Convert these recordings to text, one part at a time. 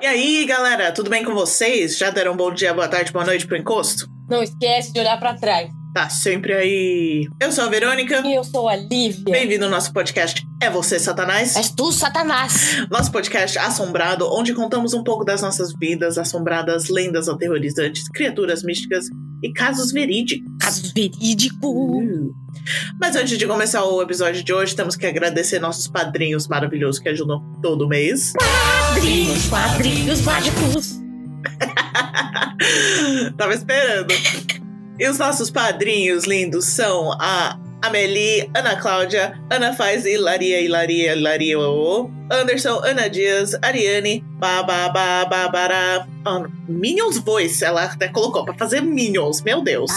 aí, galera, tudo bem com vocês? Já deram um bom dia, boa tarde, boa noite pro encosto? Não esquece de olhar pra trás. Tá sempre aí. Eu sou a Verônica. E eu sou a Lívia. Bem-vindo ao nosso podcast É Você, Satanás? És tu, Satanás. Nosso podcast assombrado, onde contamos um pouco das nossas vidas, assombradas, lendas aterrorizantes, criaturas místicas e casos verídicos. Casos verídicos. Mas antes de começar o episódio de hoje, temos que agradecer nossos padrinhos maravilhosos que ajudam todo mês. Quadrinhos mágicos. Tava esperando. E os nossos padrinhos lindos são a Amelie, Ana Cláudia, Ana Faz, Hilaria, Anderson, Ana Dias, Ariane, Babara, Minions Voice, ela até colocou pra fazer Minions, meu Deus.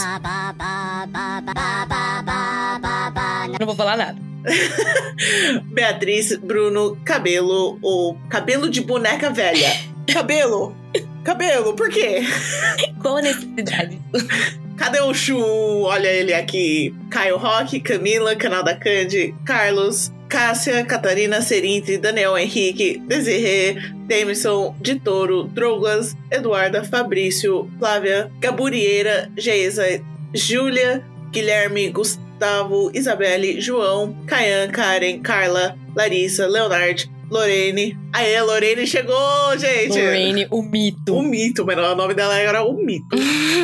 Não vou falar nada. Beatriz, Bruno, Cabelo, o cabelo de boneca velha. Cabelo, por quê? Qual a necessidade? Cadê o Chu? Olha ele aqui. Caio Roque, Camila, Canal da Candy, Carlos, Cássia, Catarina, Serintre, Daniel Henrique, Desirê, Demisson, de Toro, Douglas, Eduarda, Fabrício, Flávia, Gaburieira, Geisa, Júlia, Guilherme, Gustavo, Isabelle, João, Caian, Karen, Carla, Larissa, Leonardo, Lorene. Aê, a Lorene chegou, gente! Lorene, o mito. O mito, mas o nome dela era o mito.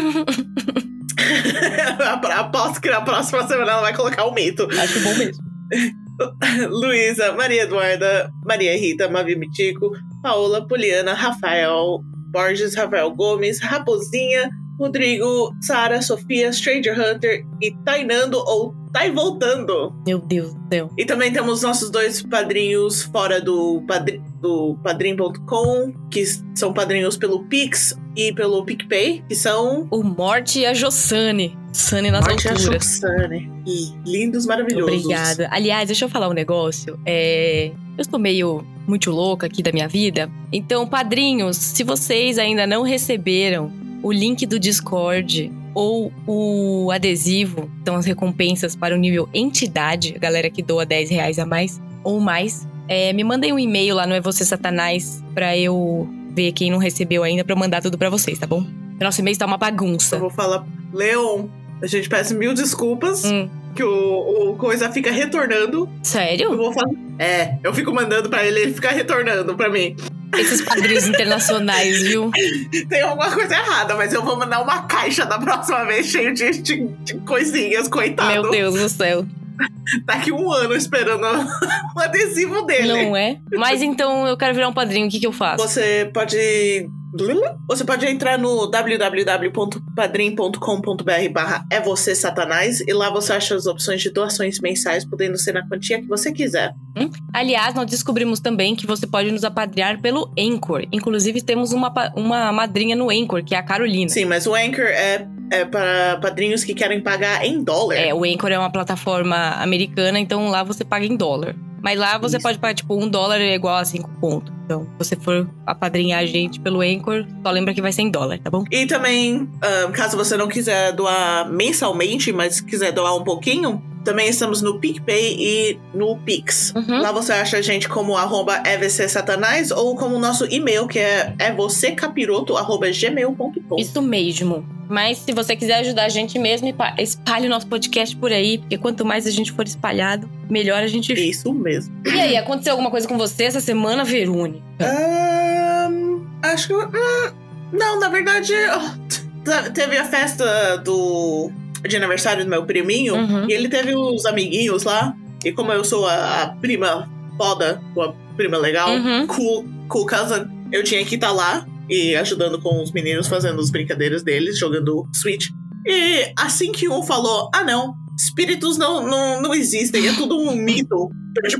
Aposto que na próxima semana ela vai colocar o mito. Acho bom mesmo. Luísa, Maria Eduarda, Maria Rita, Mavi Mitico, Paola, Poliana, Rafael Borges, Rafael Gomes, Raposinha, Rodrigo, Sara, Sofia, Stranger Hunter e Tainando ou Tai Voltando. Meu Deus do céu. E também temos nossos dois padrinhos fora do padrim.com, que são padrinhos pelo Pix e pelo PicPay, que são o Morte e a Jossane. Sane nas Morte alturas. E a Jossane. E lindos, maravilhosos. Obrigada. Aliás, deixa eu falar um negócio. Eu estou meio muito louca aqui da minha vida. Então, padrinhos, se vocês ainda não receberam o link do Discord ou o adesivo, são as recompensas para o nível entidade, a galera que doa R$10 a mais ou mais, me mandem um e-mail lá no É Você Satanás pra eu ver quem não recebeu ainda, pra eu mandar tudo pra vocês, tá bom? Nosso e-mail tá uma bagunça. Eu vou falar, Leon, a gente peça 1000 desculpas, que o coisa fica retornando. Sério? Eu vou falar, eu fico mandando pra ele ficar retornando pra mim. Esses padrinhos internacionais, viu? Tem alguma coisa errada, mas eu vou mandar uma caixa da próxima vez cheio de coisinhas, coitado. Meu Deus do céu. Tá aqui 1 ano esperando o adesivo dele. Não é? Mas então eu quero virar um padrinho, o que eu faço? Você pode entrar no www.padrim.com.br/é-você-satanás e lá você acha as opções de doações mensais, podendo ser na quantia que você quiser. Aliás, nós descobrimos também que você pode nos apadrinhar pelo Anchor. Inclusive, temos uma madrinha no Anchor, que é a Carolina. Sim, mas o Anchor é para padrinhos que querem pagar em dólar. O Anchor é uma plataforma americana, então lá você paga em dólar. Mas lá você pode pagar, tipo, $1 é igual a 5 pontos. Então, se você for apadrinhar a gente pelo Anchor, só lembra que vai ser em dólar, tá bom? E também, caso você não quiser doar mensalmente, mas quiser doar um pouquinho, também estamos no PicPay e no Pix. Lá você acha a gente como @evcsatanás ou como o nosso e-mail, que é vocêcapiroto@gmail.com. Isso mesmo. Mas se você quiser ajudar a gente mesmo, espalhe o nosso podcast por aí, porque quanto mais a gente for espalhado, melhor a gente fica. Isso mesmo. E aí, aconteceu alguma coisa com você essa semana, Verônica? Acho que... não, na verdade, teve a festa de aniversário do meu priminho, e ele teve os amiguinhos lá, e como eu sou a prima foda, a prima legal, cool cousin, eu tinha que estar lá e ajudando com os meninos, fazendo as brincadeiras deles, jogando Switch. E assim que um falou, não, espíritos não existem, é tudo um mito.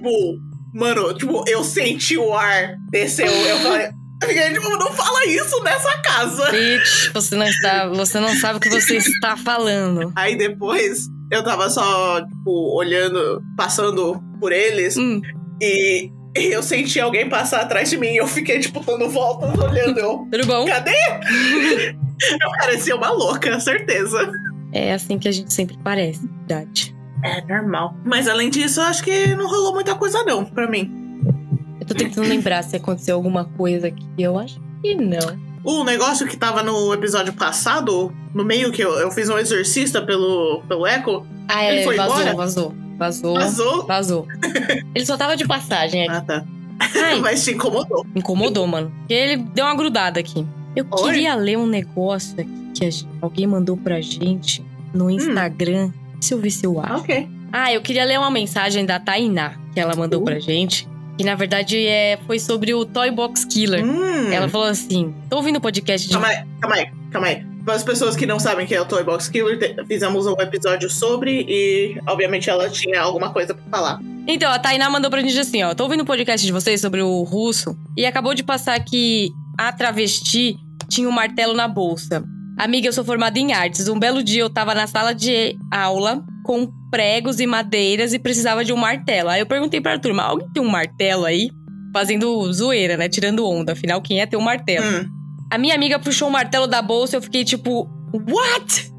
Eu senti o ar, desceu, eu falei... não fala isso nessa casa. Bitch, você não sabe o que você está falando. Aí depois eu tava só, olhando, passando por eles, e eu senti alguém passar atrás de mim e eu fiquei, dando voltas, olhando. Tudo bom? Cadê? Eu parecia uma louca, certeza. É assim que a gente sempre parece, verdade. É normal. Mas além disso, eu acho que não rolou muita coisa não, pra mim. Eu tô tentando lembrar se aconteceu alguma coisa aqui. Eu acho que não. O negócio que tava no episódio passado, no meio que eu fiz um exorcista pelo Echo, ele foi embora? Vazou. Ele só tava de passagem aqui. Ah, tá. Ai, Mas te incomodou. incomodou, mano. Porque ele deu uma grudada aqui. Eu queria ler um negócio aqui que alguém mandou pra gente no Instagram. Deixa eu ver se eu acho. Ok. Eu queria ler uma mensagem da Tainá, que ela mandou pra gente. Que, na verdade, foi sobre o Toy Box Killer. Ela falou assim, tô ouvindo o podcast de... Calma aí. Para as pessoas que não sabem quem é o Toy Box Killer, fizemos um episódio sobre e, obviamente, ela tinha alguma coisa pra falar. Então, a Tainá mandou pra gente assim, ó. Tô ouvindo o podcast de vocês sobre o russo e acabou de passar que a travesti tinha um martelo na bolsa. Amiga, eu sou formada em artes. Um belo dia eu tava na sala de aula com pregos e madeiras e precisava de um martelo. Aí eu perguntei pra turma, alguém tem um martelo aí? Fazendo zoeira, né? Tirando onda. Afinal, quem é ter um martelo? A minha amiga puxou o martelo da bolsa e eu fiquei tipo, what?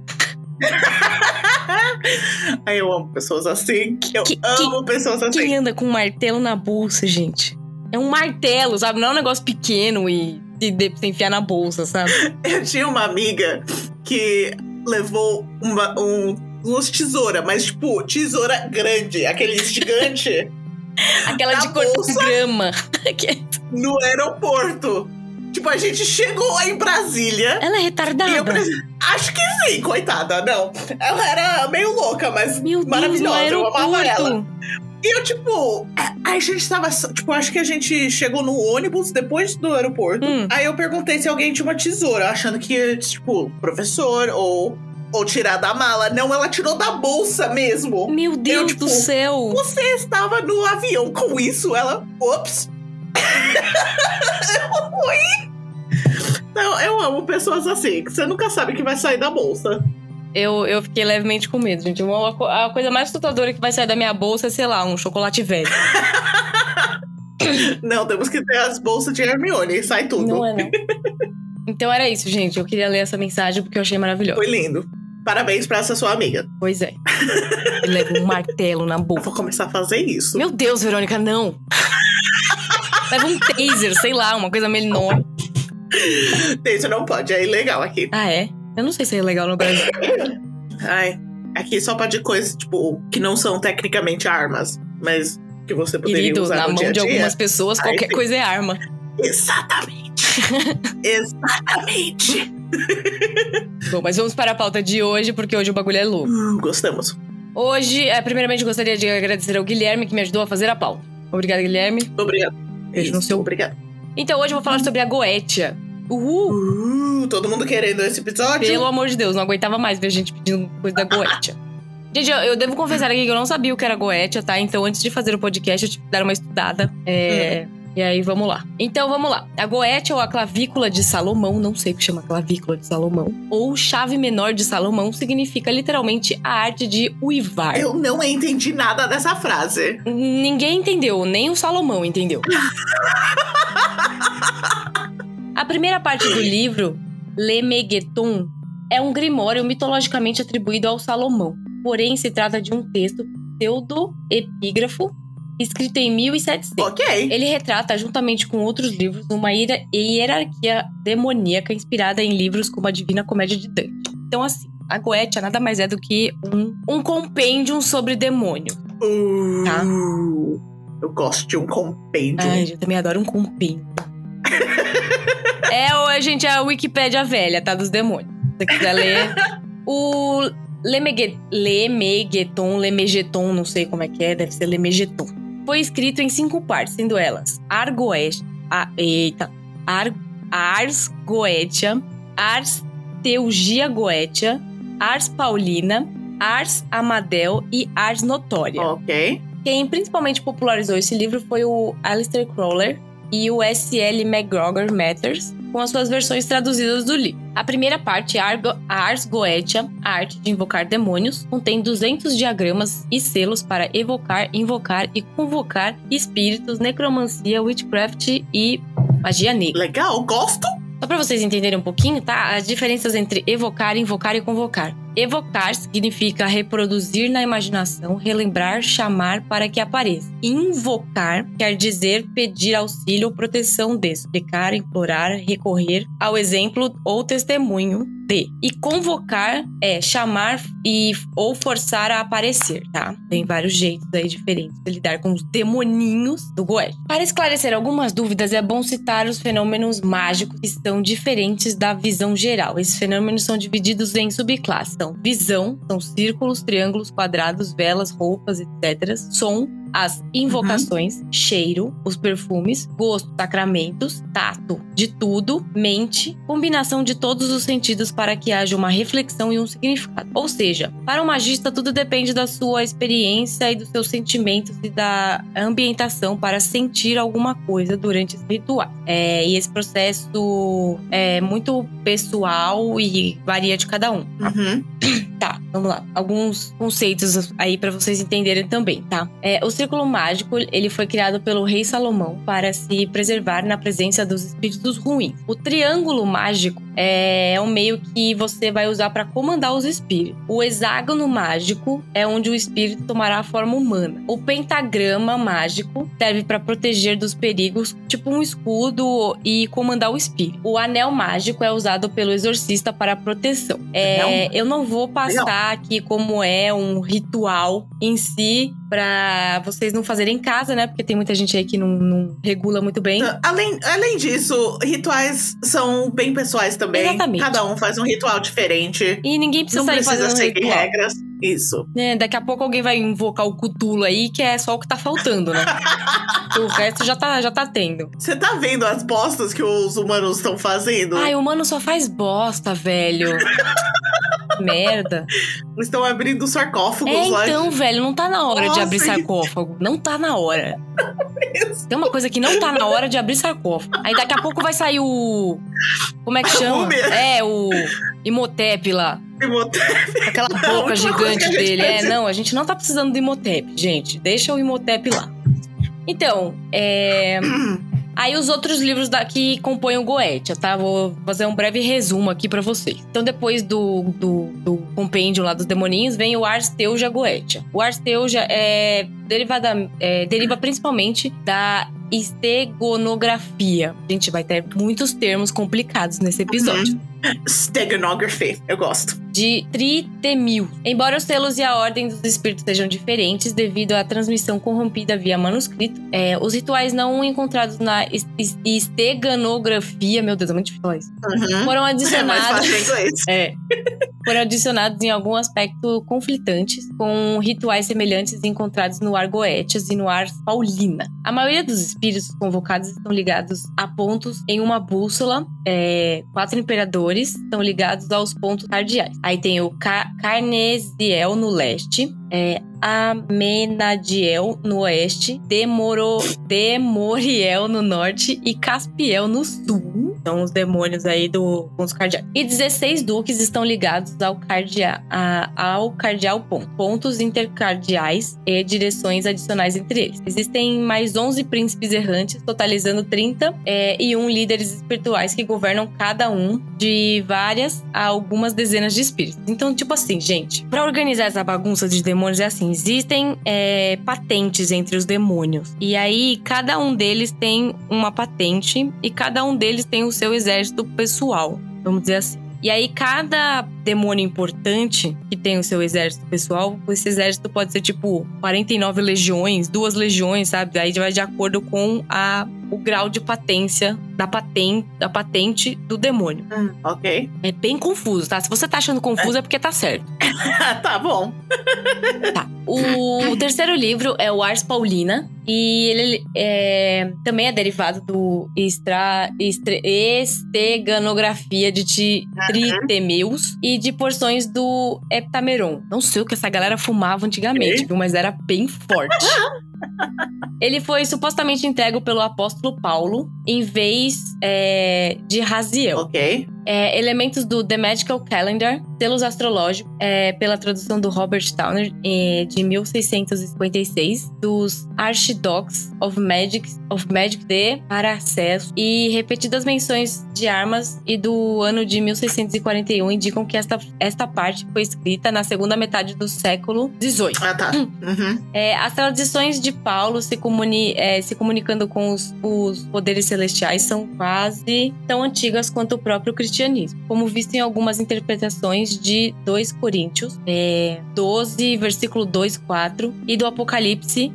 Aí eu amo pessoas assim. Amo pessoas assim. Quem anda com um martelo na bolsa, gente? É um martelo, sabe? Não é um negócio pequeno e você enfiar na bolsa, sabe? Eu tinha uma amiga que levou umas tesouras, mas tipo, tesoura grande, aquele gigante. Aquela de cortar grama. No aeroporto. Tipo, a gente chegou em Brasília. Ela é retardada? Acho que sim, coitada, não. Ela era meio louca, mas Meu maravilhosa. Deus, eu amava ela. E eu, tipo, a gente tava... Tipo, acho que a gente chegou no ônibus depois do aeroporto. Aí eu perguntei se alguém tinha uma tesoura, achando que, tipo, professor ou tirar da mala. Não, ela tirou da bolsa mesmo. Meu Deus do céu. Você estava no avião com isso? Ela, ops. Oi? Então, eu amo pessoas assim, que você nunca sabe que vai sair da bolsa. Eu fiquei levemente com medo, gente. A coisa mais assustadora que vai sair da minha bolsa é, sei lá, um chocolate velho. Não, temos que ter as bolsas de Hermione, sai tudo. Não é, não. Então era isso, gente. Eu queria ler essa mensagem porque eu achei maravilhosa. Foi lindo. Parabéns pra essa sua amiga. Pois é. Ele leva um martelo na bolsa. Eu vou começar a fazer isso. Meu Deus, Verônica, não. Leva um taser, sei lá, uma coisa menor. Taser não pode, é ilegal aqui. Ah, é? Eu não sei se é legal no Brasil. Ai, aqui só pode coisas, tipo, que não são tecnicamente armas, mas que você poderia Querido, usar na no dia mão a de dia. algumas pessoas, qualquer coisa é arma. Exatamente. Exatamente. Bom, mas vamos para a pauta de hoje, porque hoje o bagulho é louco. Gostamos. Hoje, primeiramente, gostaria de agradecer ao Guilherme, que me ajudou a fazer a pauta. Obrigada, Guilherme. Obrigado. Beijo no seu... Obrigado. Então, hoje eu vou falar sobre a Goetia. Todo mundo querendo esse episódio. Pelo amor de Deus, não aguentava mais ver gente pedindo coisa da Goetia. Gente, eu devo confessar aqui que eu não sabia o que era Goetia, tá? Então, antes de fazer o podcast, eu tive que dar uma estudada. E aí, vamos lá. Então, vamos lá. A Goetia ou a clavícula de Salomão, não sei o que chama clavícula de Salomão, ou chave menor de Salomão, significa literalmente a arte de uivar. Eu não entendi nada dessa frase. Ninguém entendeu, nem o Salomão entendeu. A primeira parte do livro, Lemegeton, é um grimório mitologicamente atribuído ao Salomão. Porém, se trata de um texto pseudo-epígrafo escrito em 1700. Ok. Ele retrata, juntamente com outros livros, uma hierarquia demoníaca inspirada em livros como a Divina Comédia de Dante. Então, assim, a Goetia nada mais é do que um compêndio sobre demônio. Tá? Eu gosto de um compêndio. Ai, eu também adoro um compêndio. Gente, é a Wikipédia velha, tá? Dos demônios. Se você quiser ler. O Lemegeton, não sei como é que é, deve ser Lemegeton. Foi escrito em 5 partes, sendo elas Ars Goetia, Ars Teugia Goetia, Ars Paulina, Ars Amadel e Ars Notória. Ok. Quem principalmente popularizou esse livro foi o Aleister Crowley e o S.L. McGregor Matters, com as suas versões traduzidas do livro. A primeira parte, a Ars Goetia, a arte de invocar demônios, contém 200 diagramas e selos para evocar, invocar e convocar espíritos, necromancia, witchcraft e magia negra. Legal, gosto! Só pra vocês entenderem um pouquinho, tá? As diferenças entre evocar, invocar e convocar. Evocar significa reproduzir na imaginação, relembrar, chamar para que apareça. Invocar quer dizer pedir auxílio ou proteção de, suplicar, implorar, recorrer ao exemplo ou testemunho de. E convocar é chamar ou forçar a aparecer, tá? Tem vários jeitos aí diferentes de lidar com os demoninhos do Goethe. Para esclarecer algumas dúvidas, é bom citar os fenômenos mágicos que são diferentes da visão geral. Esses fenômenos são divididos em subclasses. Então, visão, são círculos, triângulos, quadrados, velas, roupas, etc. Som, as invocações, cheiro, os perfumes, gosto, sacramentos, tato, de tudo, mente, combinação de todos os sentidos para que haja uma reflexão e um significado. Ou seja, para o magista tudo depende da sua experiência e dos seus sentimentos e da ambientação para sentir alguma coisa durante esse ritual. E esse processo é muito pessoal e varia de cada um. Tá, vamos lá. Alguns conceitos aí para vocês entenderem também, tá? O círculo mágico, ele foi criado pelo rei Salomão para se preservar na presença dos espíritos ruins. O triângulo mágico é um meio que você vai usar para comandar os espíritos. O hexágono mágico é onde o espírito tomará a forma humana. O pentagrama mágico serve para proteger dos perigos, tipo um escudo, e comandar o espírito. O anel mágico é usado pelo exorcista para proteção. Eu não vou passar aqui como é um ritual em si, pra vocês não fazerem em casa, né? Porque tem muita gente aí que não regula muito bem. Além disso, rituais são bem pessoais também. Exatamente. Cada um faz um ritual diferente. E ninguém precisa sair fazendo seguir ritual. Regras. Isso. Daqui a pouco alguém vai invocar o Cthulhu aí, que é só o que tá faltando, né? O resto já tá tendo. Você tá vendo as bostas que os humanos estão fazendo? Ai, o humano só faz bosta, velho. Merda. Estão abrindo sarcófagos lá. Então, velho, não tá na hora de Nossa, abrir sarcófago. Não tá na hora. Tem uma coisa que não tá na hora de abrir sarcófago. Aí daqui a pouco vai sair o... Como é que chama? O Imhotep lá. Imhotep. Aquela boca gigante dele. A gente não tá precisando do Imhotep, gente. Deixa o Imhotep lá. Então, aí os outros livros que compõem o Goetia, tá? Vou fazer um breve resumo aqui pra vocês. Então, depois do compêndio lá dos demoninhos, vem o Ars Teuja Goetia. O Ars Teuja deriva principalmente da estegonografia. A gente vai ter muitos termos complicados nesse episódio. Steganography, eu gosto. De Tritemil. Embora os selos e a ordem dos espíritos sejam diferentes devido à transmissão corrompida via manuscrito, os rituais não encontrados na esteganografia, meu Deus, é muito difícil falar isso, foram adicionados. Foram adicionados em algum aspecto conflitantes com rituais semelhantes encontrados no Ar Goetias e no Ars Paulina. A maioria dos espíritos convocados estão ligados a pontos em uma bússola. 4 imperadores estão ligados aos pontos cardeais. Aí tem o Carnesiel no leste, Amenadiel no oeste, Demoriel no norte e Caspiel no sul. São os demônios aí do pontos cardeais. E 16 duques estão ligados ao cardeal ponto. Pontos intercardeais e direções adicionais entre eles. Existem mais 11 príncipes errantes, totalizando 30 e 1 líderes espirituais que governam cada um de várias a algumas dezenas de espíritos. Então, tipo assim, gente, pra organizar essa bagunça de demônios é assim, existem patentes entre os demônios. E aí, cada um deles tem uma patente e cada um deles tem o seu exército pessoal, vamos dizer assim. E aí, cada demônio importante que tem o seu exército pessoal, esse exército pode ser tipo 49 legiões, 2 legiões, sabe? Aí vai de acordo com o grau de patência da patente do demônio. Ok. É bem confuso, tá? Se você tá achando confuso é porque tá certo. Tá bom. Tá. O terceiro livro é o Ars Paulina. E ele também é derivado do esteganografia de Tritemeus e de porções do Heptameron. Não sei o que essa galera fumava antigamente, viu? Mas era bem forte. Ele foi supostamente entregue pelo apóstolo Paulo em vez de Raziel. Ok. Elementos do The Magical Calendar, selos astrológicos, pela tradução do Robert Towner, de 1656, dos Archidox of Magic de Paracelso, e repetidas menções de armas e do ano de 1641 indicam que esta parte foi escrita na segunda metade do século XVIII. Ah, tá. Uhum. As tradições de Paulo se comunicando com os poderes celestiais são quase tão antigas quanto o próprio cristianismo, como visto em algumas interpretações de 2 Coríntios 12, versículo 2-4, e do Apocalipse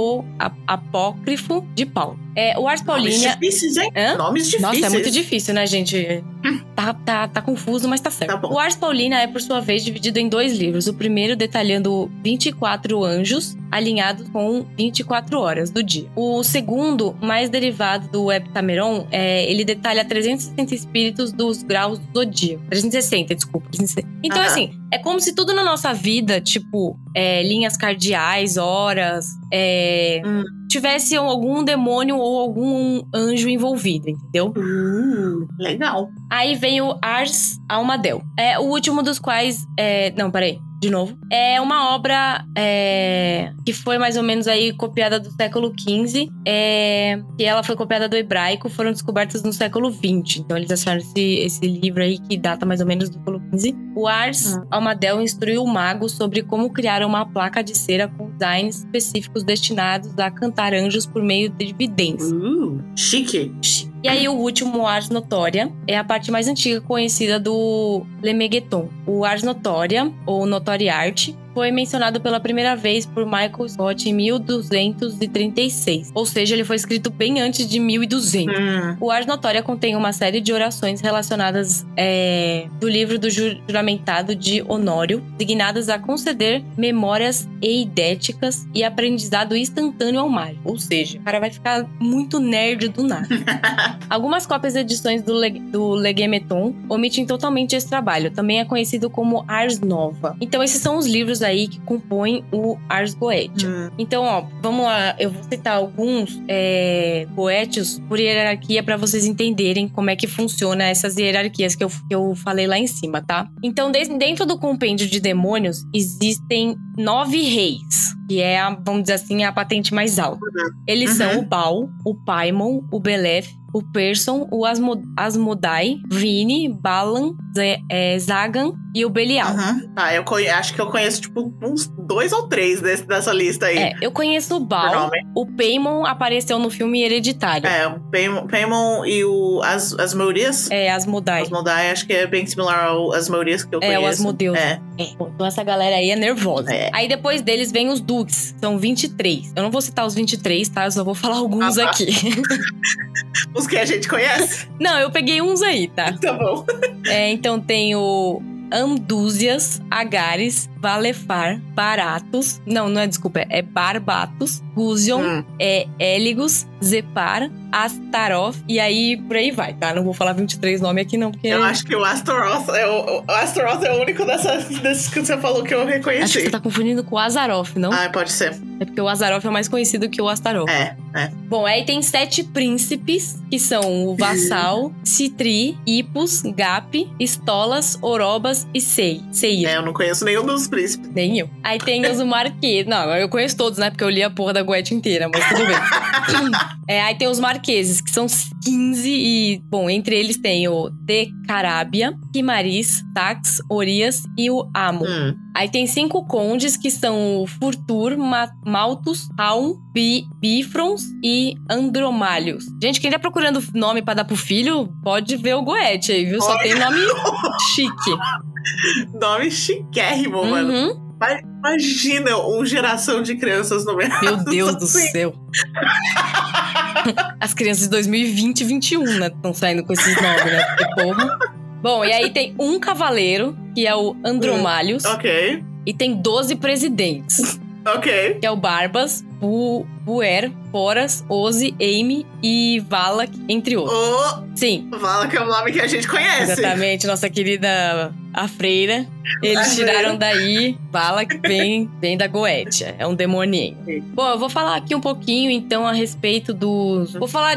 apócrifo de Paulo. O Ars Paulina... Nomes difíceis, hein? Nomes difíceis. Nossa, é muito difícil, né, gente? Tá confuso, mas tá certo. Tá bom. O Ars Paulina é, por sua vez, dividido em 2 livros. O primeiro detalhando 24 anjos alinhados com 24 horas do dia. O segundo, mais derivado do Heptameron, ele detalha 360 espíritos dos graus do zodíaco. 360, desculpa. 360. Então, assim, é como se tudo na nossa vida, tipo, linhas cardeais, horas, tivesse algum demônio ou algum anjo envolvido, entendeu? Legal. Aí vem o Ars Almadel. O último dos quais... Não, peraí. De novo. É uma obra que foi mais ou menos aí copiada do século XV. Que ela foi copiada do hebraico. Foram descobertas no século XX. Então eles acharam esse livro aí que data mais ou menos do século XV. O Ars Almadel instruiu o mago sobre como criar uma placa de cera com designs específicos destinados a cantar anjos por meio de vidência. Chique. E aí o último, o Ars Notoria, é a parte mais antiga conhecida do Lemegeton. O Ars Notoria, ou Notory Art, foi mencionado pela primeira vez por Michael Scott em 1236. Ou seja, ele foi escrito bem antes de 1200. O Ars Notoria contém uma série de orações relacionadas do livro do juramentado de Honório, designadas a conceder memórias eidéticas e aprendizado instantâneo ao mágico. Ou seja, o cara vai ficar muito nerd do nada. Algumas cópias e edições do Legemeton omitem totalmente esse trabalho. Também é conhecido como Ars Nova. Então, esses são os livros aí que compõem o Ars Goetia. Então, ó, vamos lá. Eu vou citar alguns Goetios por hierarquia para vocês entenderem como é que funciona essas hierarquias que eu falei lá em cima, tá? Então, dentro do compêndio de demônios, existem 9 reis, que é, vamos dizer assim, a patente mais alta. Eles são o Baal, o Paimon, o Beleth, o Person, o Asmodai, Vini, Balan, Zagan e o Belial. Eu acho que eu conheço, tipo, uns 2 ou 3 dessa lista aí. Eu conheço o Baal. O Paimon apareceu no filme Hereditário. O Paimon e o Asmodeus. Asmodai. Asmodai, acho que é bem similar ao Asmodeus que eu conheço. O Asmodeus. Então essa galera aí é nervosa. Aí depois deles vem os Dukes. São 23. Eu não vou citar os 23, tá? Eu só vou falar alguns aqui. Os que a gente conhece? Não, eu peguei uns aí, tá? Tá bom. Então tem o Andúzias, Agares, Valefar, Baratos. Não é, desculpa, é Barbatos, Guzion, Éligos, Zepar, Astaroth, e aí por aí vai, tá? Não vou falar 23 nomes aqui não, porque... Eu acho que o Astaroth é o único desses que você falou que eu reconheci. Acho que você tá confundindo com o Azaroth, não? Pode ser. É porque o Azaroth é mais conhecido que o Astaroth. Bom, aí tem 7 príncipes, que são o Vassal, Citri, Hipos, Gap, Estolas, Orobas e Seir. Eu não conheço nenhum dos príncipes. Nem eu. Aí tem os Marqueses. Não, eu conheço todos, né? Porque eu li a porra da Goethe inteira, mas tudo bem. Aí tem os Marqueses, que são 15 e... Bom, entre eles tem o De Carábia, Quimaris, Tax, Orias e o Amo. Aí tem 5 condes, que são o Furtur, Malthus, Raum, Bifrons e Andromalhos. Gente, quem tá procurando nome pra dar pro filho, pode ver o Goethe aí, viu? Só tem nome chique. Nome chiquérrimo, mano. Imagina uma geração de crianças no mercado. Meu Deus do céu. As crianças de 2020 e 2021, né? Estão saindo com esses nomes, né? Porque, porra. Bom, e aí tem um cavaleiro, que é o Andromalhos. Ok. E tem 12 presidentes. Ok. Que é o Barbas, Buer, Foras, Ozzy, Amy e Valak, entre outros. Sim. Valak é um nome que a gente conhece. Exatamente, nossa querida a freira. Eles tiraram daí, Valak vem da Goetia, é um demoninho. Bom, eu vou falar aqui um pouquinho, então, a respeito dos... Vou falar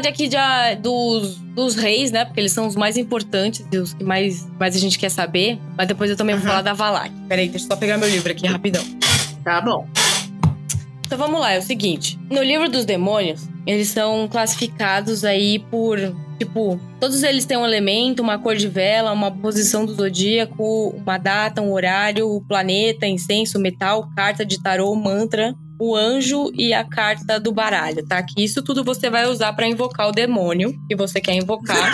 dos reis, né? Porque eles são os mais importantes e os que mais a gente quer saber. Mas depois eu também vou falar da Valak. Peraí, deixa eu só pegar meu livro aqui, rapidão. Tá bom. Então vamos lá, é o seguinte. No livro dos demônios, eles são classificados aí por... Tipo, todos eles têm um elemento, uma cor de vela, uma posição do zodíaco, uma data, um horário, o planeta, incenso, metal, carta de tarô, mantra, o anjo e a carta do baralho, tá? Que isso tudo você vai usar pra invocar o demônio que você quer invocar.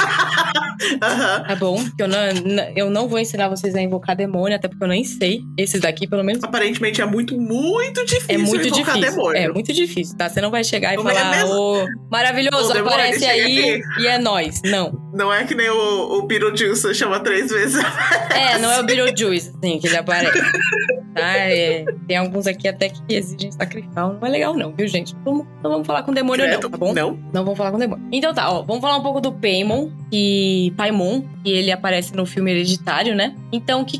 Tá bom? Que eu não vou ensinar vocês a invocar demônio, até porque eu nem sei. Esses daqui, pelo menos. Aparentemente é muito, muito difícil invocar demônio. É muito difícil, tá? Você não vai chegar e falar, maravilhoso, demônio, aparece aí aqui. E é nóis. Não. Não é que nem o Beetlejuice chama 3 vezes. Não é o Beetlejuice, assim, que ele aparece. Tá? Tem alguns aqui até que exigem sacrifício. Não é legal não, viu, gente? Não vamos falar com demônio não, tá bom? Não vamos falar com demônio. Então tá, ó, vamos falar um pouco do Paimon, que ele aparece no filme Hereditário, né? Então, o que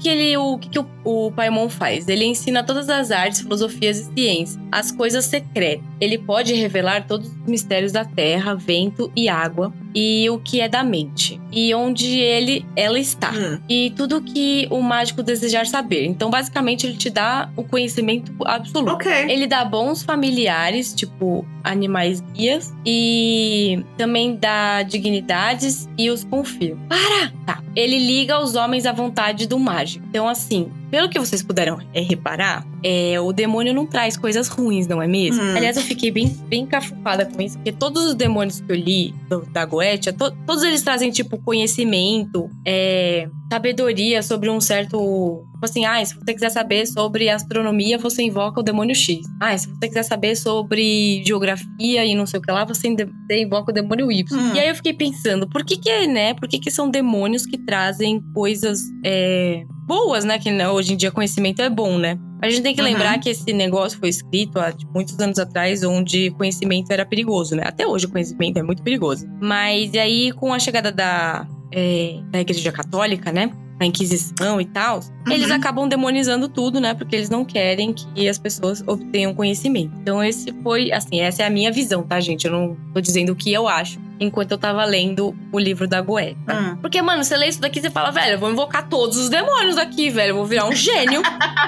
o Paimon faz? Ele ensina todas as artes, filosofias e ciências, as coisas secretas. Ele pode revelar todos os mistérios da terra, vento e água, e o que é da mente, e onde ela está, e tudo que o mágico desejar saber. Então, basicamente, ele te dá o conhecimento absoluto. Okay. Ele dá bons familiares, tipo animais guias, e também dá dignidades e os confirma. Tá. Ele liga os homens à vontade do mágico. Então, assim, pelo que vocês puderam reparar, o demônio não traz coisas ruins, não é mesmo? Aliás, eu fiquei bem encafufada com isso, porque todos os demônios que eu li da Goetia, todos eles trazem, tipo, conhecimento, sabedoria sobre um certo... Tipo assim, se você quiser saber sobre astronomia, você invoca o demônio X. Se você quiser saber sobre geografia e não sei o que lá, você invoca o demônio Y. E aí eu fiquei pensando, por que são demônios que trazem coisas boas, né? Que hoje em dia conhecimento é bom, né? A gente tem que lembrar que esse negócio foi escrito há muitos anos atrás, onde conhecimento era perigoso, né? Até hoje o conhecimento é muito perigoso. Mas aí, com a chegada da Igreja Católica, né? A Inquisição e tal, eles acabam demonizando tudo, né? Porque eles não querem que as pessoas obtenham conhecimento. Então, essa é a minha visão, tá, gente? Eu não tô dizendo o que eu acho enquanto eu tava lendo o livro da Goetia. Porque, mano, você lê isso daqui e você fala, velho, eu vou invocar todos os demônios daqui, velho. Eu vou virar um gênio.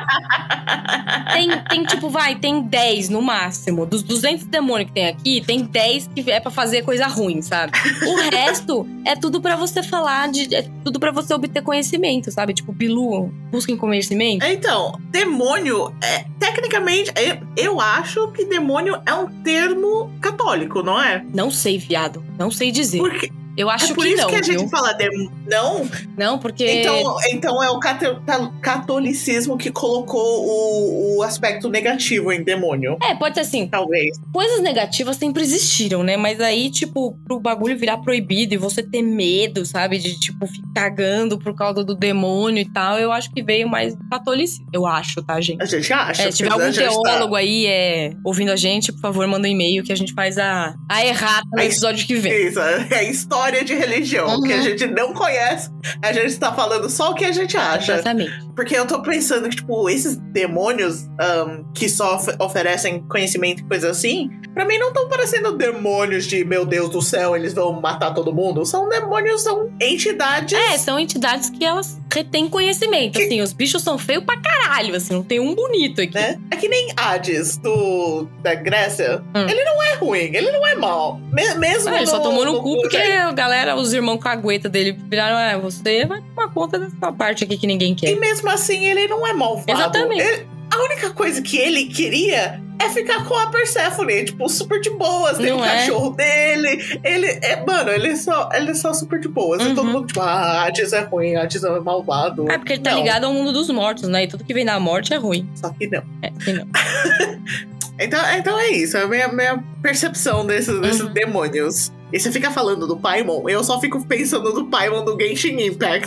Tem 10 no máximo. Dos 200 demônios que tem aqui, tem 10 que é pra fazer coisa ruim, sabe? O resto é tudo pra você falar, é tudo pra você obter conhecimento, sabe? Tipo, Bilu, busquem conhecimento. Então, demônio, tecnicamente, eu acho que demônio é um termo católico, não é? Não sei, viado. Não sei dizer. Porque eu acho que não, por isso que a gente fala não? Não, porque... Então é o catolicismo que colocou o aspecto negativo em demônio. Pode ser assim. Talvez. Coisas negativas sempre existiram, né? Mas aí, tipo, pro bagulho virar proibido e você ter medo, sabe? De, tipo, ficar cagando por causa do demônio e tal, eu acho que veio mais catolicismo. Eu acho, tá, gente? A gente acha. Se tiver algum teólogo aí ouvindo a gente, por favor, manda um e-mail que a gente faz a errata no episódio que vem. Isso, é história de religião, que a gente não conhece, a gente tá falando só o que a gente acha. Exatamente. Porque eu tô pensando que, tipo, esses demônios que só oferecem conhecimento e coisa assim, pra mim não estão parecendo demônios de, meu Deus do céu, eles vão matar todo mundo. São demônios, são entidades... são entidades que elas retêm conhecimento, assim, os bichos são feios pra caralho, assim, não tem um bonito aqui. Né? É que nem Hades, da Grécia, ele não é ruim, ele não é mau. Mesmo ele só tomou no cu porque a galera, os irmãos cagueta dele viraram, você vai tomar conta dessa parte aqui que ninguém quer. E mesmo assim, ele não é malvado. Exatamente. A única coisa que ele queria é ficar com a Perséfone, tipo, super de boas. Tem o cachorro dele. Ele é só super de boas. E todo mundo, tipo, Hades é ruim, Hades é malvado. Porque ele tá ligado ao mundo dos mortos, né? E tudo que vem da morte é ruim. Só que não. Que não. Então é isso, é a minha percepção desses demônios. E você fica falando do Paimon, eu só fico pensando no Paimon do Genshin Impact.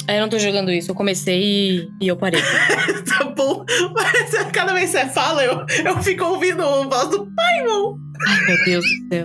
Eu não tô jogando isso. Eu comecei e eu parei. Tá bom. Mas cada vez que você fala, eu fico ouvindo a voz do Paimon. Ai, meu Deus do céu.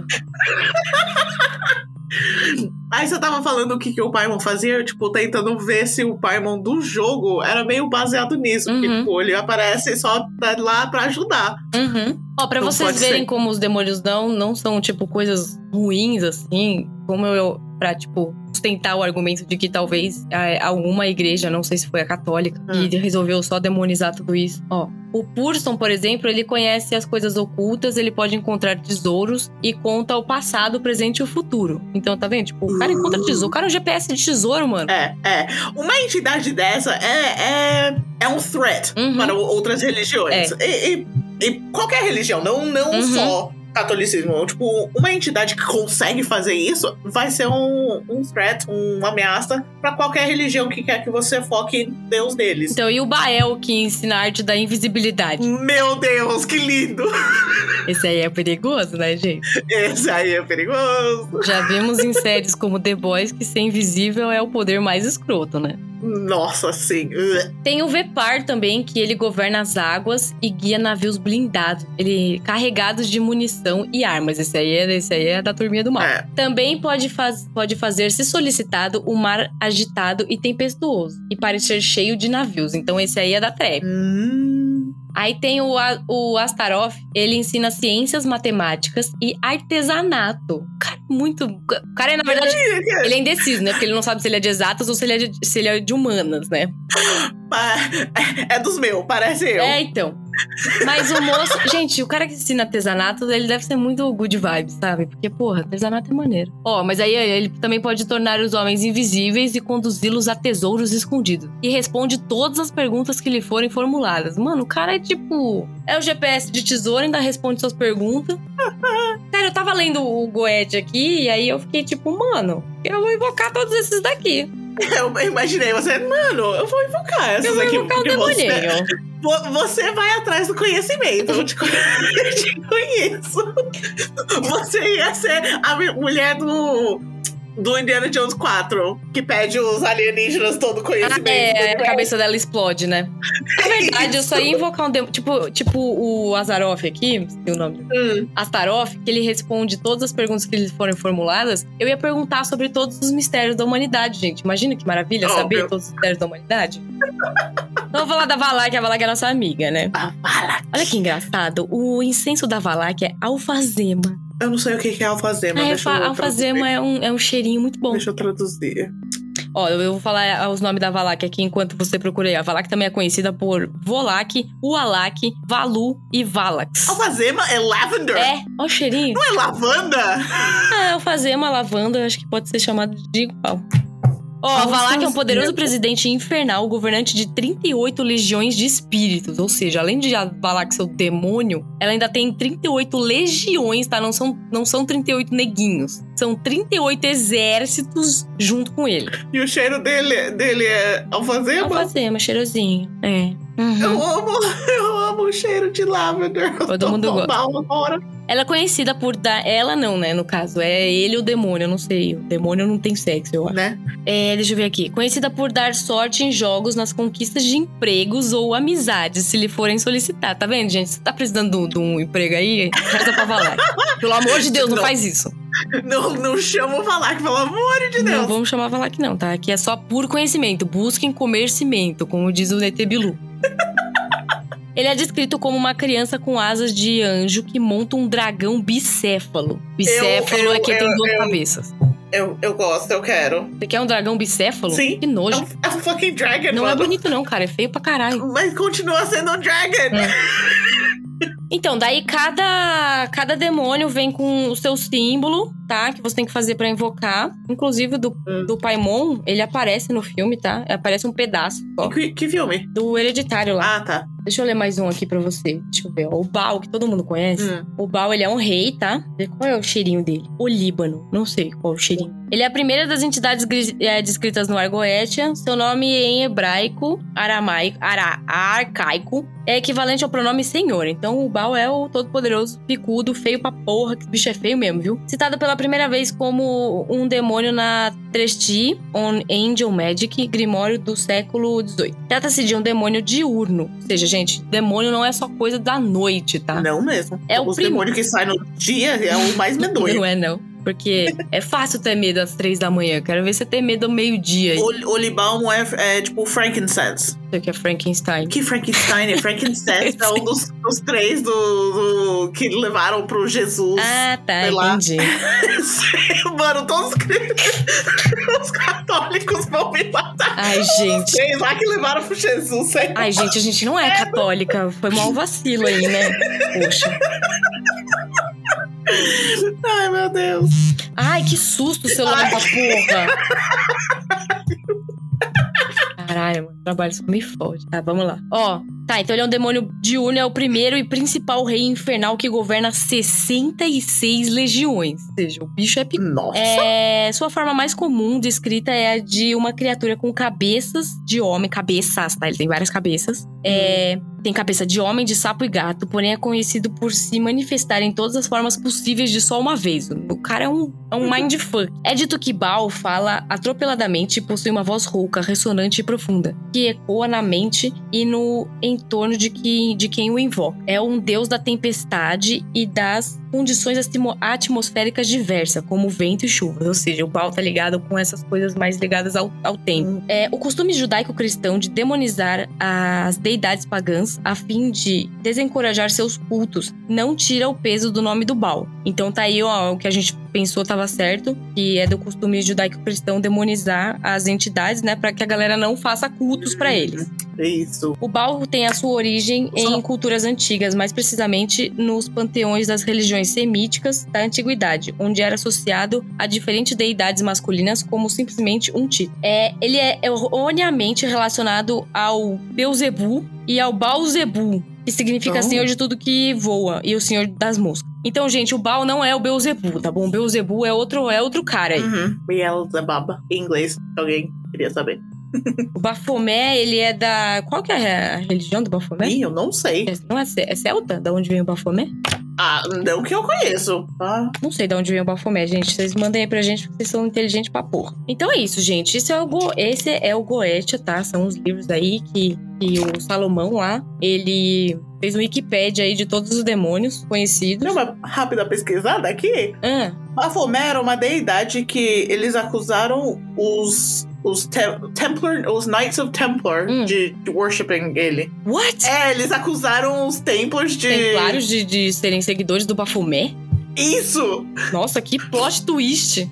Aí você tava falando o que o Paimon fazia, tipo, tentando ver se o Paimon do jogo era meio baseado nisso. Porque, tipo, ele aparece só lá pra ajudar. Ó, pra Não vocês pode verem ser. como os demônios não são, tipo, coisas ruins, assim. Como pra, tipo, sustentar o argumento de que talvez alguma igreja, não sei se foi a católica, que resolveu só demonizar tudo isso. Ó, o Purson, por exemplo, ele conhece as coisas ocultas, ele pode encontrar tesouros e conta o passado, o presente e o futuro. Então, tá vendo? Tipo, o cara encontra tesouro. O cara é um GPS de tesouro, mano. Uma entidade dessa é um threat para outras religiões. E qualquer religião, não só catolicismo. Tipo, uma entidade que consegue fazer isso vai ser um threat, uma ameaça pra qualquer religião que quer que você foque em Deus deles. Então, e o Bael, que ensina a arte da invisibilidade? Meu Deus, que lindo! Esse aí é perigoso, né, gente? Esse aí é perigoso. Já vimos em séries como The Boys que ser invisível é o poder mais escroto, né? Nossa, sim. Tem o Vepar também, que ele governa as águas e guia navios blindados. Ele carregados de munição e armas. Esse aí é da turminha do mal. Também pode fazer, se solicitado, o mar agitado e tempestuoso. E parecer cheio de navios. Então esse aí é da trap. Aí tem o Astaroth, ele ensina ciências matemáticas e artesanato. O cara, na verdade, ele é indeciso, né? Porque ele não sabe se ele é de exatas ou se ele é de humanas, né? É dos meus, parece eu. Então. Mas o moço... Gente, o cara que ensina artesanato, ele deve ser muito good vibes, sabe? Porque, porra, artesanato é maneiro. Mas aí ele também pode tornar os homens invisíveis e conduzi-los a tesouros escondidos. E responde todas as perguntas que lhe forem formuladas. Mano, o cara é tipo... É o GPS de tesouro, ainda responde suas perguntas. Cara, eu tava lendo o Goethe aqui, e aí eu fiquei tipo, mano, eu vou invocar todos esses daqui. Eu imaginei você, mano, eu vou invocar essas aqui. Eu vou invocar o demoninho. Você vai atrás do conhecimento. Eu te conheço. Você ia ser a mulher do Indiana Jones 4, que pede os alienígenas todo o conhecimento. A cabeça dela explode, né? Na verdade, eu só ia invocar um demônio. Tipo o Astaroth aqui, sei o nome. Astaroth, que ele responde todas as perguntas que lhe forem formuladas. Eu ia perguntar sobre todos os mistérios da humanidade, gente. Imagina que maravilha saber todos os mistérios da humanidade. Então, vou falar da Valak, a Valak é nossa amiga, né? Olha que engraçado. O incenso da Valak é alfazema. Eu não sei o que é alfazema. Alfazema é um cheirinho muito bom. Deixa eu traduzir. Eu vou falar os nomes da Valak aqui enquanto você procura aí. A Valak também é conhecida por Volak, Ualak, Valu e Valax. Alfazema é lavender? Ó o cheirinho. Não é lavanda? Alfazema, lavanda, eu acho que pode ser chamado de igual. A Valak é um poderoso presidente infernal, governante de 38 legiões de espíritos. Ou seja, além de a Valak ser o demônio, ela ainda tem 38 legiões, tá? Não são 38 neguinhos. São 38 exércitos junto com ele. E o cheiro dele é alfazema? Alfazema, cheirosinho. Eu amo o cheiro de lavender. Todo mundo gosta. Ela é conhecida por dar... Ela não, né? No caso, é ele o demônio, eu não sei. O demônio não tem sexo, eu acho. Né? Deixa eu ver aqui. Conhecida por dar sorte em jogos, nas conquistas de empregos ou amizades, se lhe forem solicitar. Tá vendo, gente? Você tá precisando de um emprego aí? Reza pra Valak. Pelo amor de Deus, não faz isso. Não chama o Valak, pelo amor de Deus. Não vamos chamar Valak não, tá? Aqui é só puro conhecimento. Busquem comer-cimento, como diz o ET Bilu. Ele é descrito como uma criança com asas de anjo que monta um dragão bicéfalo. Bicéfalo é que tem duas cabeças. Eu gosto, eu quero. Você quer um dragão bicéfalo? Sim. Que nojo. É um fucking dragon, Não mano. é bonito não, cara. É feio pra caralho. Mas continua sendo um dragon. Então, daí cada demônio vem com o seu símbolo, tá? Que você tem que fazer pra invocar. Inclusive, do Paimon, ele aparece no filme, tá? Aparece um pedaço só. Que filme? Do Hereditário lá. Ah, tá. Deixa eu ler mais um aqui pra você. Deixa eu ver. O Baal, que todo mundo conhece. O Baal, ele é um rei, tá? Qual é o cheirinho dele? O Líbano. Não sei qual é o cheirinho. Ele é a primeira das entidades descritas no Argoetia. Seu nome em hebraico, arcaico, é equivalente ao pronome senhor. Então, o Baal é o todo-poderoso, picudo, feio pra porra. Que bicho é feio mesmo, viu? Citado pela pela primeira vez como um demônio na Tresti on Angel Magic, Grimório do século XVIII. Trata-se de um demônio diurno. Ou seja, gente, demônio não é só coisa da noite, tá? Não mesmo. É Os demônios que saem no dia é o mais medonho. Não é, não. Porque é fácil ter medo às 3 da manhã. Quero ver você ter medo ao meio-dia. Olibalmo é tipo Frankincense. Isso aqui é Frankenstein. Que Frankenstein é Frankincense? É um dos 3 que levaram pro Jesus. Ah, tá, entendi. Mano, todos os católicos vão me matar. Ai, gente. Os 3 lá que levaram pro Jesus. Ai, gente, a gente não é católica. Foi mal vacilo aí, né? Poxa. Ai, meu Deus. Ai, que susto o celular da porra. Caralho, mano, o trabalho só me fode. Tá, vamos lá. Ó, tá, então ele é um demônio diurno, é o primeiro e principal rei infernal que governa 66 legiões. Ou seja, o bicho é pico. Nossa. Sua forma mais comum descrita é a de uma criatura com cabeças de homem. Cabeças, tá? Ele tem várias cabeças. Tem cabeça de homem, de sapo e gato, porém é conhecido por se manifestar em todas as formas possíveis de só uma vez. O cara é um mindfuck. É dito que Baal fala atropeladamente e possui uma voz rouca, ressonante e profunda, que ecoa na mente e no entorno de quem o invoca. É um deus da tempestade e das condições atmosféricas diversas, como vento e chuva. Ou seja, o Baal tá ligado com essas coisas mais ligadas ao tempo. O costume judaico-cristão de demonizar as deidades pagãs a fim de desencorajar seus cultos não tira o peso do nome do Baal. Então tá aí, ó, o que a gente pensou tava certo, que é do costume judaico-cristão demonizar as entidades, né, pra que a galera não faça cultos pra eles. Isso. O Baal tem a sua origem em culturas antigas, mais precisamente nos panteões das religiões semíticas da antiguidade, onde era associado a diferentes deidades masculinas como simplesmente um título. Ele é erroneamente relacionado ao Beuzebu e ao Baal-zebu, que significa senhor de tudo que voa e o senhor das moscas. Então, gente, o Baal não é o Beuzebu, tá bom? O Beuzebu é outro cara aí. Beelzebub, em inglês, alguém queria saber. O Bafomé, ele é da... Qual que é a religião do Bafomé? Ih, eu não sei. Não é celta? Da onde vem o Bafomé? Ah, não que eu conheço. Não sei de onde vem o Bafomé, gente. Vocês mandem aí pra gente, porque vocês são inteligentes pra porra. Então é isso, gente. Esse é o Goetia, tá? São os livros aí que o Salomão lá, ele fez um Wikipédia aí de todos os demônios conhecidos. Deu uma rápida pesquisada aqui. Baphomet era uma deidade que eles acusaram os Knights of Templar de worshipping ele. What? Eles acusaram os templos de... Templários de serem seguidores do Baphomet? Isso! Nossa, que plot twist!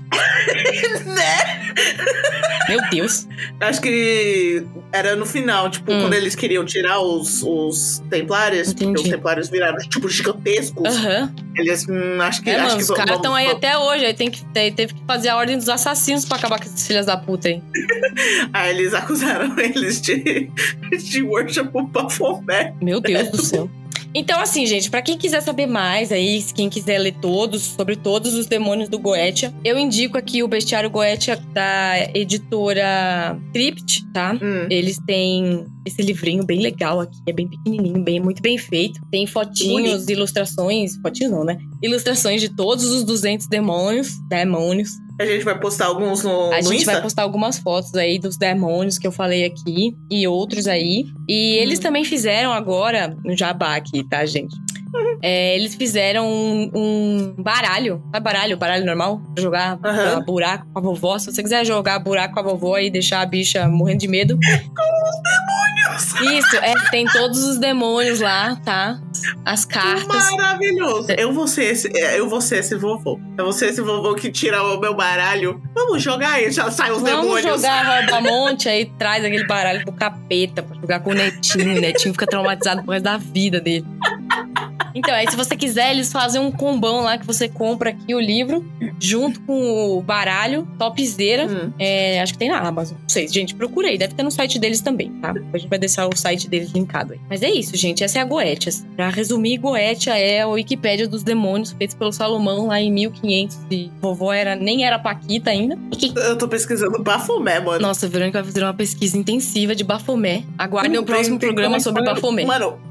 Né? Meu Deus. Acho que era no final, tipo, quando eles queriam tirar os templários, porque os templários viraram, tipo, gigantescos. Eles, acho que... mano, os caras estão aí até hoje, aí teve que fazer a ordem dos assassinos pra acabar com esses filhos da puta aí. Aí eles acusaram eles de worship o Baphomet. Meu Deus do céu. Então, assim, gente, pra quem quiser saber mais aí, quem quiser ler sobre todos os demônios do Goetia, eu indico aqui o Bestiário Goetia da editora Crypt, tá? Eles têm esse livrinho bem legal aqui, é bem pequenininho, muito bem feito. Tem fotinhos, ilustrações, fotinhos não, né? Ilustrações de todos os 200 demônios. A gente vai postar alguns no Insta? A gente vai postar algumas fotos aí dos demônios que eu falei aqui e outros aí. E eles também fizeram agora, no jabá aqui, tá, gente? Eles fizeram um baralho. Sabe baralho normal? Pra jogar buraco com a vovó. Se você quiser jogar buraco com a vovó e deixar a bicha morrendo de medo. Com os demônios! Isso, tem todos os demônios lá, tá? As cartas. Maravilhoso! Eu vou ser esse vovô. Eu vou ser esse vovô que tira o meu baralho. Vamos jogar e já sai os demônios. Vamos jogar rouba-monte, aí traz aquele baralho pro capeta pra jogar com o Netinho. O Netinho fica traumatizado pro resto da vida dele. Então, aí se você quiser, eles fazem um combão lá que você compra aqui o livro, junto com o baralho, topzera. Acho que tem na Amazon. Não sei, gente, procura aí. Deve ter no site deles também, tá? A gente vai deixar o site deles linkado aí. Mas é isso, gente. Essa é a Goetia. Pra resumir, Goetia é a Wikipédia dos demônios, feita pelo Salomão lá em 1500. E vovó nem era Paquita ainda. Eu tô pesquisando Baphomet, mano. Nossa, a Verônica vai fazer uma pesquisa intensiva de Baphomet. Aguardem o próximo programa sobre Baphomet. Mano,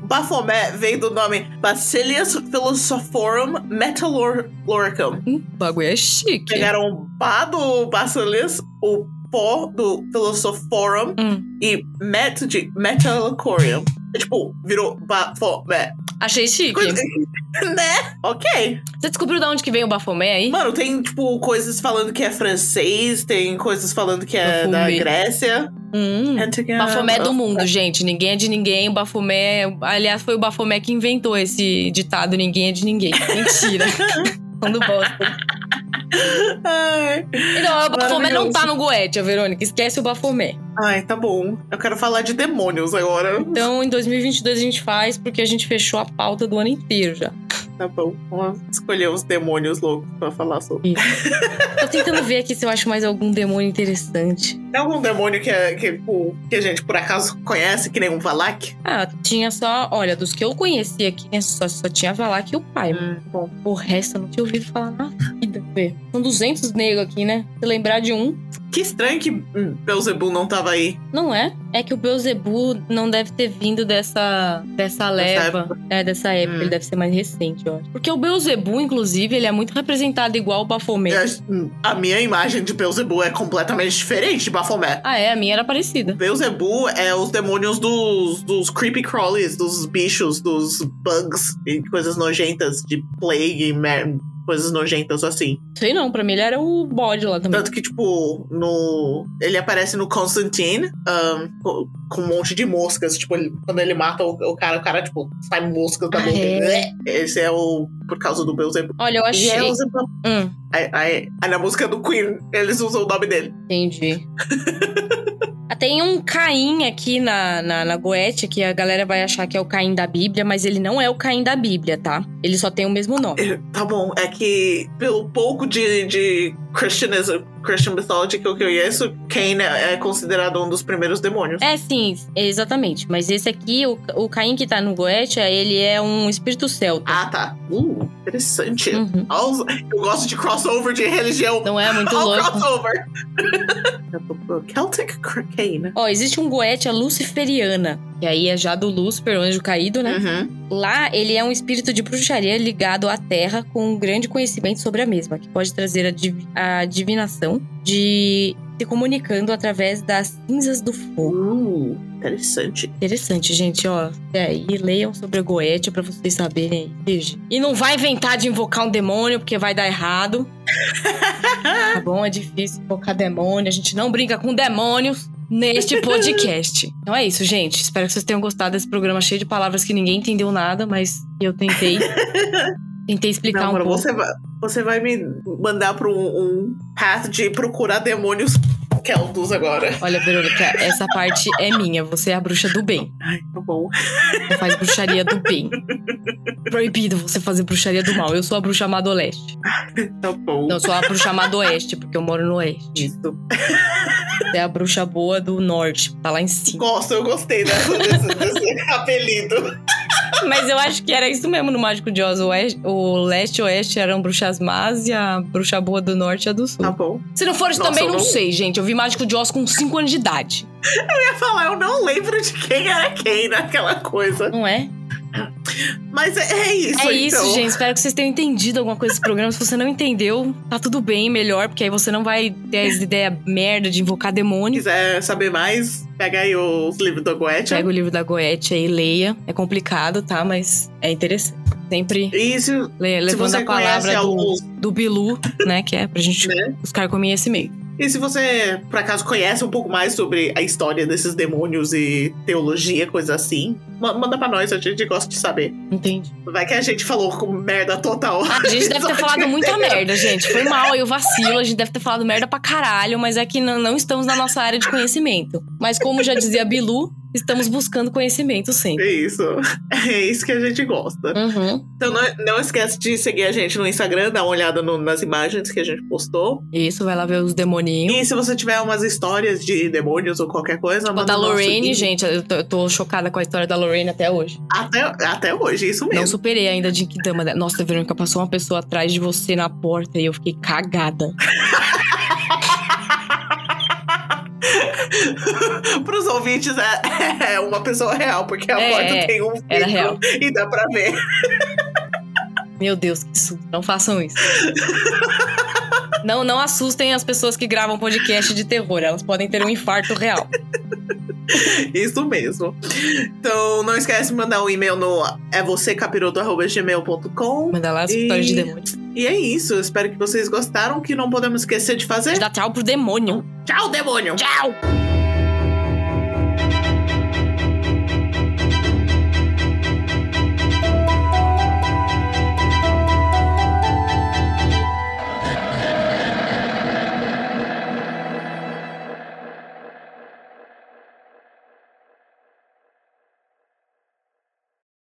Baphomet vem do nome Bacillus philosophorum metallurgicum. O bagulho é chique. Pegaram o Bá do Bacillus, o Pó do Philosophorum e Met de Metallurgicum. Tipo, virou Baphomet. Achei chique. Né? Ok. Você descobriu de onde que vem o Baphomet aí? Mano, tem, tipo, coisas falando que é francês, tem coisas falando que é da Grécia. Baphomet é do mundo, gente. Ninguém é de ninguém. O Baphomet... Aliás, foi o Baphomet que inventou esse ditado, ninguém é de ninguém. Mentira. Quando bosta. Ai, não, o Baphomet não tá no Goethe, Verônica. Esquece o Baphomet. Ai, tá bom. Eu quero falar de demônios agora. Então, em 2022 a gente faz, porque a gente fechou a pauta do ano inteiro já. Tá bom. Vamos escolher os demônios loucos pra falar sobre. Tô tentando ver aqui se eu acho mais algum demônio interessante. Tem algum demônio que a gente, por acaso, conhece, que nem um Valak? Ah, tinha só... Olha, dos que eu conheci aqui, né, só tinha Valak e o pai. Bom. O resto eu não tinha ouvido falar na vida. Vê. São 200 negros aqui, né? Se lembrar de um... Que estranho que Beelzebub não tava aí. Não é? É que o Beelzebub não deve ter vindo dessa leva. Dessa época. Ele deve ser mais recente, eu acho. Porque o Beelzebub, inclusive, ele é muito representado igual o Baphomet. A minha imagem de Beelzebub é completamente diferente de Baphomet. Ah, é? A minha era parecida. Beelzebub é os demônios dos creepy crawlies, dos bichos, dos bugs e coisas nojentas, de plague, coisas nojentas assim. Sei não, pra mim ele era o bode lá também. Tanto que, tipo, ele aparece no Constantine com um monte de moscas. Tipo, quando ele mata o cara, tipo, sai moscas da boca. Esse é por causa do Beelzebub. Olha, eu achei... Aí, na música do Queen, eles usam o nome dele. Entendi. Tem um Caim aqui na Goethe, que a galera vai achar que é o Caim da Bíblia, mas ele não é o Caim da Bíblia, tá? Ele só tem o mesmo nome. Tá bom, é que pelo pouco de Christian mythology que eu conheço, Cain é considerado um dos primeiros demônios. É, sim, exatamente. Mas esse aqui, o Caim que tá no Goethe, ele é um espírito celta. Ah, tá. Interessante. Eu gosto de crossover de religião. Não é muito louco. Crossover. Celtic Cain. Ó, existe um Goethe luciferiana, que aí é já do Lúcifer, o anjo caído, né? Lá, ele é um espírito de bruxaria ligado à terra com um grande conhecimento sobre a mesma, que pode trazer a divinação de se comunicando através das cinzas do fogo. Interessante. Interessante, gente, ó. Aí, leiam sobre o Goethe pra vocês saberem aí. E não vai inventar de invocar um demônio, porque vai dar errado. Tá bom? É difícil invocar demônio. A gente não brinca com demônios neste podcast. Então é isso, gente. Espero que vocês tenham gostado desse programa cheio de palavras que ninguém entendeu nada, mas eu tentei explicar um pouco. Você vai me mandar pra um path de procurar demônios keltos agora. Olha, Verônica, essa parte é minha. Você é a bruxa do bem. Ai, tá bom. Você faz bruxaria do bem. Proibido você fazer bruxaria do mal. Eu sou a bruxa amada oeste. Tá bom. Não, eu sou a bruxa amada oeste, porque eu moro no oeste. Isso. Você é a bruxa boa do norte. Tá lá em cima. Eu gostei desse apelido. Mas eu acho que era isso mesmo no Mágico de Oz. O leste e o oeste eram bruxas más e a bruxa boa do norte e a do sul. Tá bom. Se não for isso também, não sei, gente. Eu vi Mágico de Oz com 5 anos de idade. Eu ia falar, eu não lembro de quem era quem naquela coisa. Não é? Mas é isso, É isso, então. gente. Espero que vocês tenham entendido alguma coisa desse programa. Se você não entendeu, tá tudo bem, melhor. Porque aí você não vai ter as ideias merda de invocar demônio. Se quiser saber mais, pega aí os livros do Goethe. Pega o livro da Goethe aí, leia. É complicado, tá? Mas é interessante. Sempre levando a palavra do Bilu, né? Que é pra gente buscar conhecimento. E se você, por acaso, conhece um pouco mais sobre a história desses demônios e teologia, coisa assim, manda pra nós, a gente gosta de saber. Entendi. Vai que a gente falou com merda total. A gente deve ter falado muita merda, gente. Foi mal, eu vacilo. A gente deve ter falado merda pra caralho, mas é que não estamos na nossa área de conhecimento. Mas como já dizia Bilu, estamos buscando conhecimento sempre. É isso que a gente gosta. Então não esquece de seguir a gente no Instagram, dar uma olhada nas imagens que a gente postou. Isso, vai lá ver os demoninhos. E se você tiver umas histórias de demônios ou qualquer coisa, manda da Lorraine, gente, eu tô chocada com a história da Lorraine até hoje. Até hoje, isso mesmo. Não superei ainda a Jinkidama dela. Nossa, Verônica, passou uma pessoa atrás de você na porta e eu fiquei cagada. Pros ouvintes é uma pessoa real, porque a porta tem um era real. E dá pra ver. Meu Deus, que susto. Não façam isso. Não assustem as pessoas que gravam podcast de terror. Elas podem ter um infarto real. Isso mesmo. Então, não esquece de mandar um e-mail no evocêcapiroto@gmail.com. Manda lá as histórias de demônio. E é isso. Espero que vocês gostaram. Que não podemos esquecer de fazer. Dá tchau pro demônio. Tchau, demônio. Tchau.